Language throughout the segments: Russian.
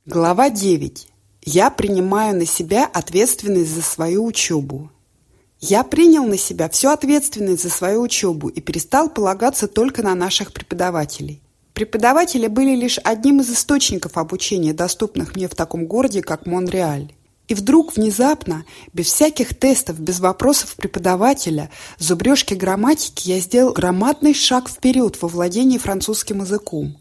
Глава 9. Я принимаю на себя ответственность за свою учебу. Я принял на себя всю ответственность за свою учебу и перестал полагаться только на наших преподавателей. Преподаватели были лишь одним из источников обучения, доступных мне в таком городе, как Монреаль. И вдруг, внезапно, без всяких тестов, без вопросов преподавателя, зубрежки грамматики, я сделал громадный шаг вперед во владении французским языком.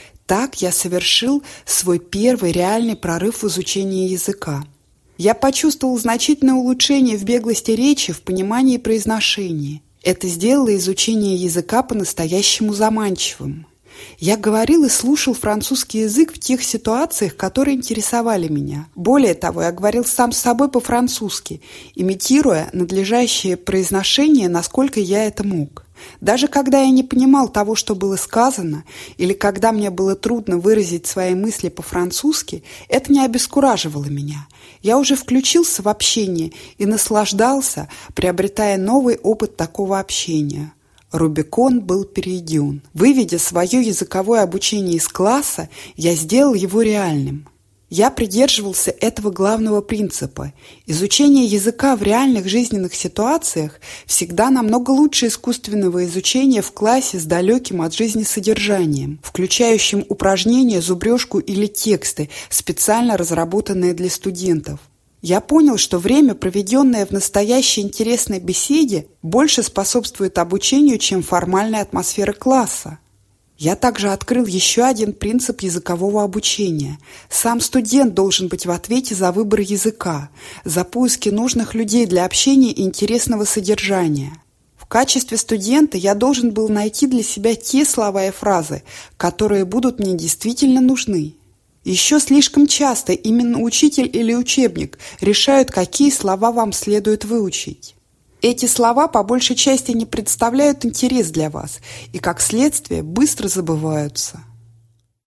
Так я совершил свой первый реальный прорыв в изучении языка. Я почувствовал значительное улучшение в беглости речи, в понимании и произношении. Это сделало изучение языка по-настоящему заманчивым. Я говорил и слушал французский язык в тех ситуациях, которые интересовали меня. Более того, я говорил сам с собой по-французски, имитируя надлежащее произношение, насколько я это мог. Даже когда я не понимал того, что было сказано, или когда мне было трудно выразить свои мысли по-французски, это не обескураживало меня. Я уже включился в общение и наслаждался, приобретая новый опыт такого общения. Рубикон был перейден. Выведя свое языковое обучение из класса, я сделал его реальным. Я придерживался этого главного принципа. Изучение языка в реальных жизненных ситуациях всегда намного лучше искусственного изучения в классе с далеким от жизни содержанием, включающим упражнения, зубрежку или тексты, специально разработанные для студентов. Я понял, что время, проведенное в настоящей интересной беседе, больше способствует обучению, чем формальная атмосфера класса. Я также открыл еще один принцип языкового обучения. Сам студент должен быть в ответе за выбор языка, за поиски нужных людей для общения и интересного содержания. В качестве студента я должен был найти для себя те слова и фразы, которые будут мне действительно нужны. Еще слишком часто именно учитель или учебник решают, какие слова вам следует выучить. Эти слова по большей части не представляют интерес для вас и, как следствие, быстро забываются.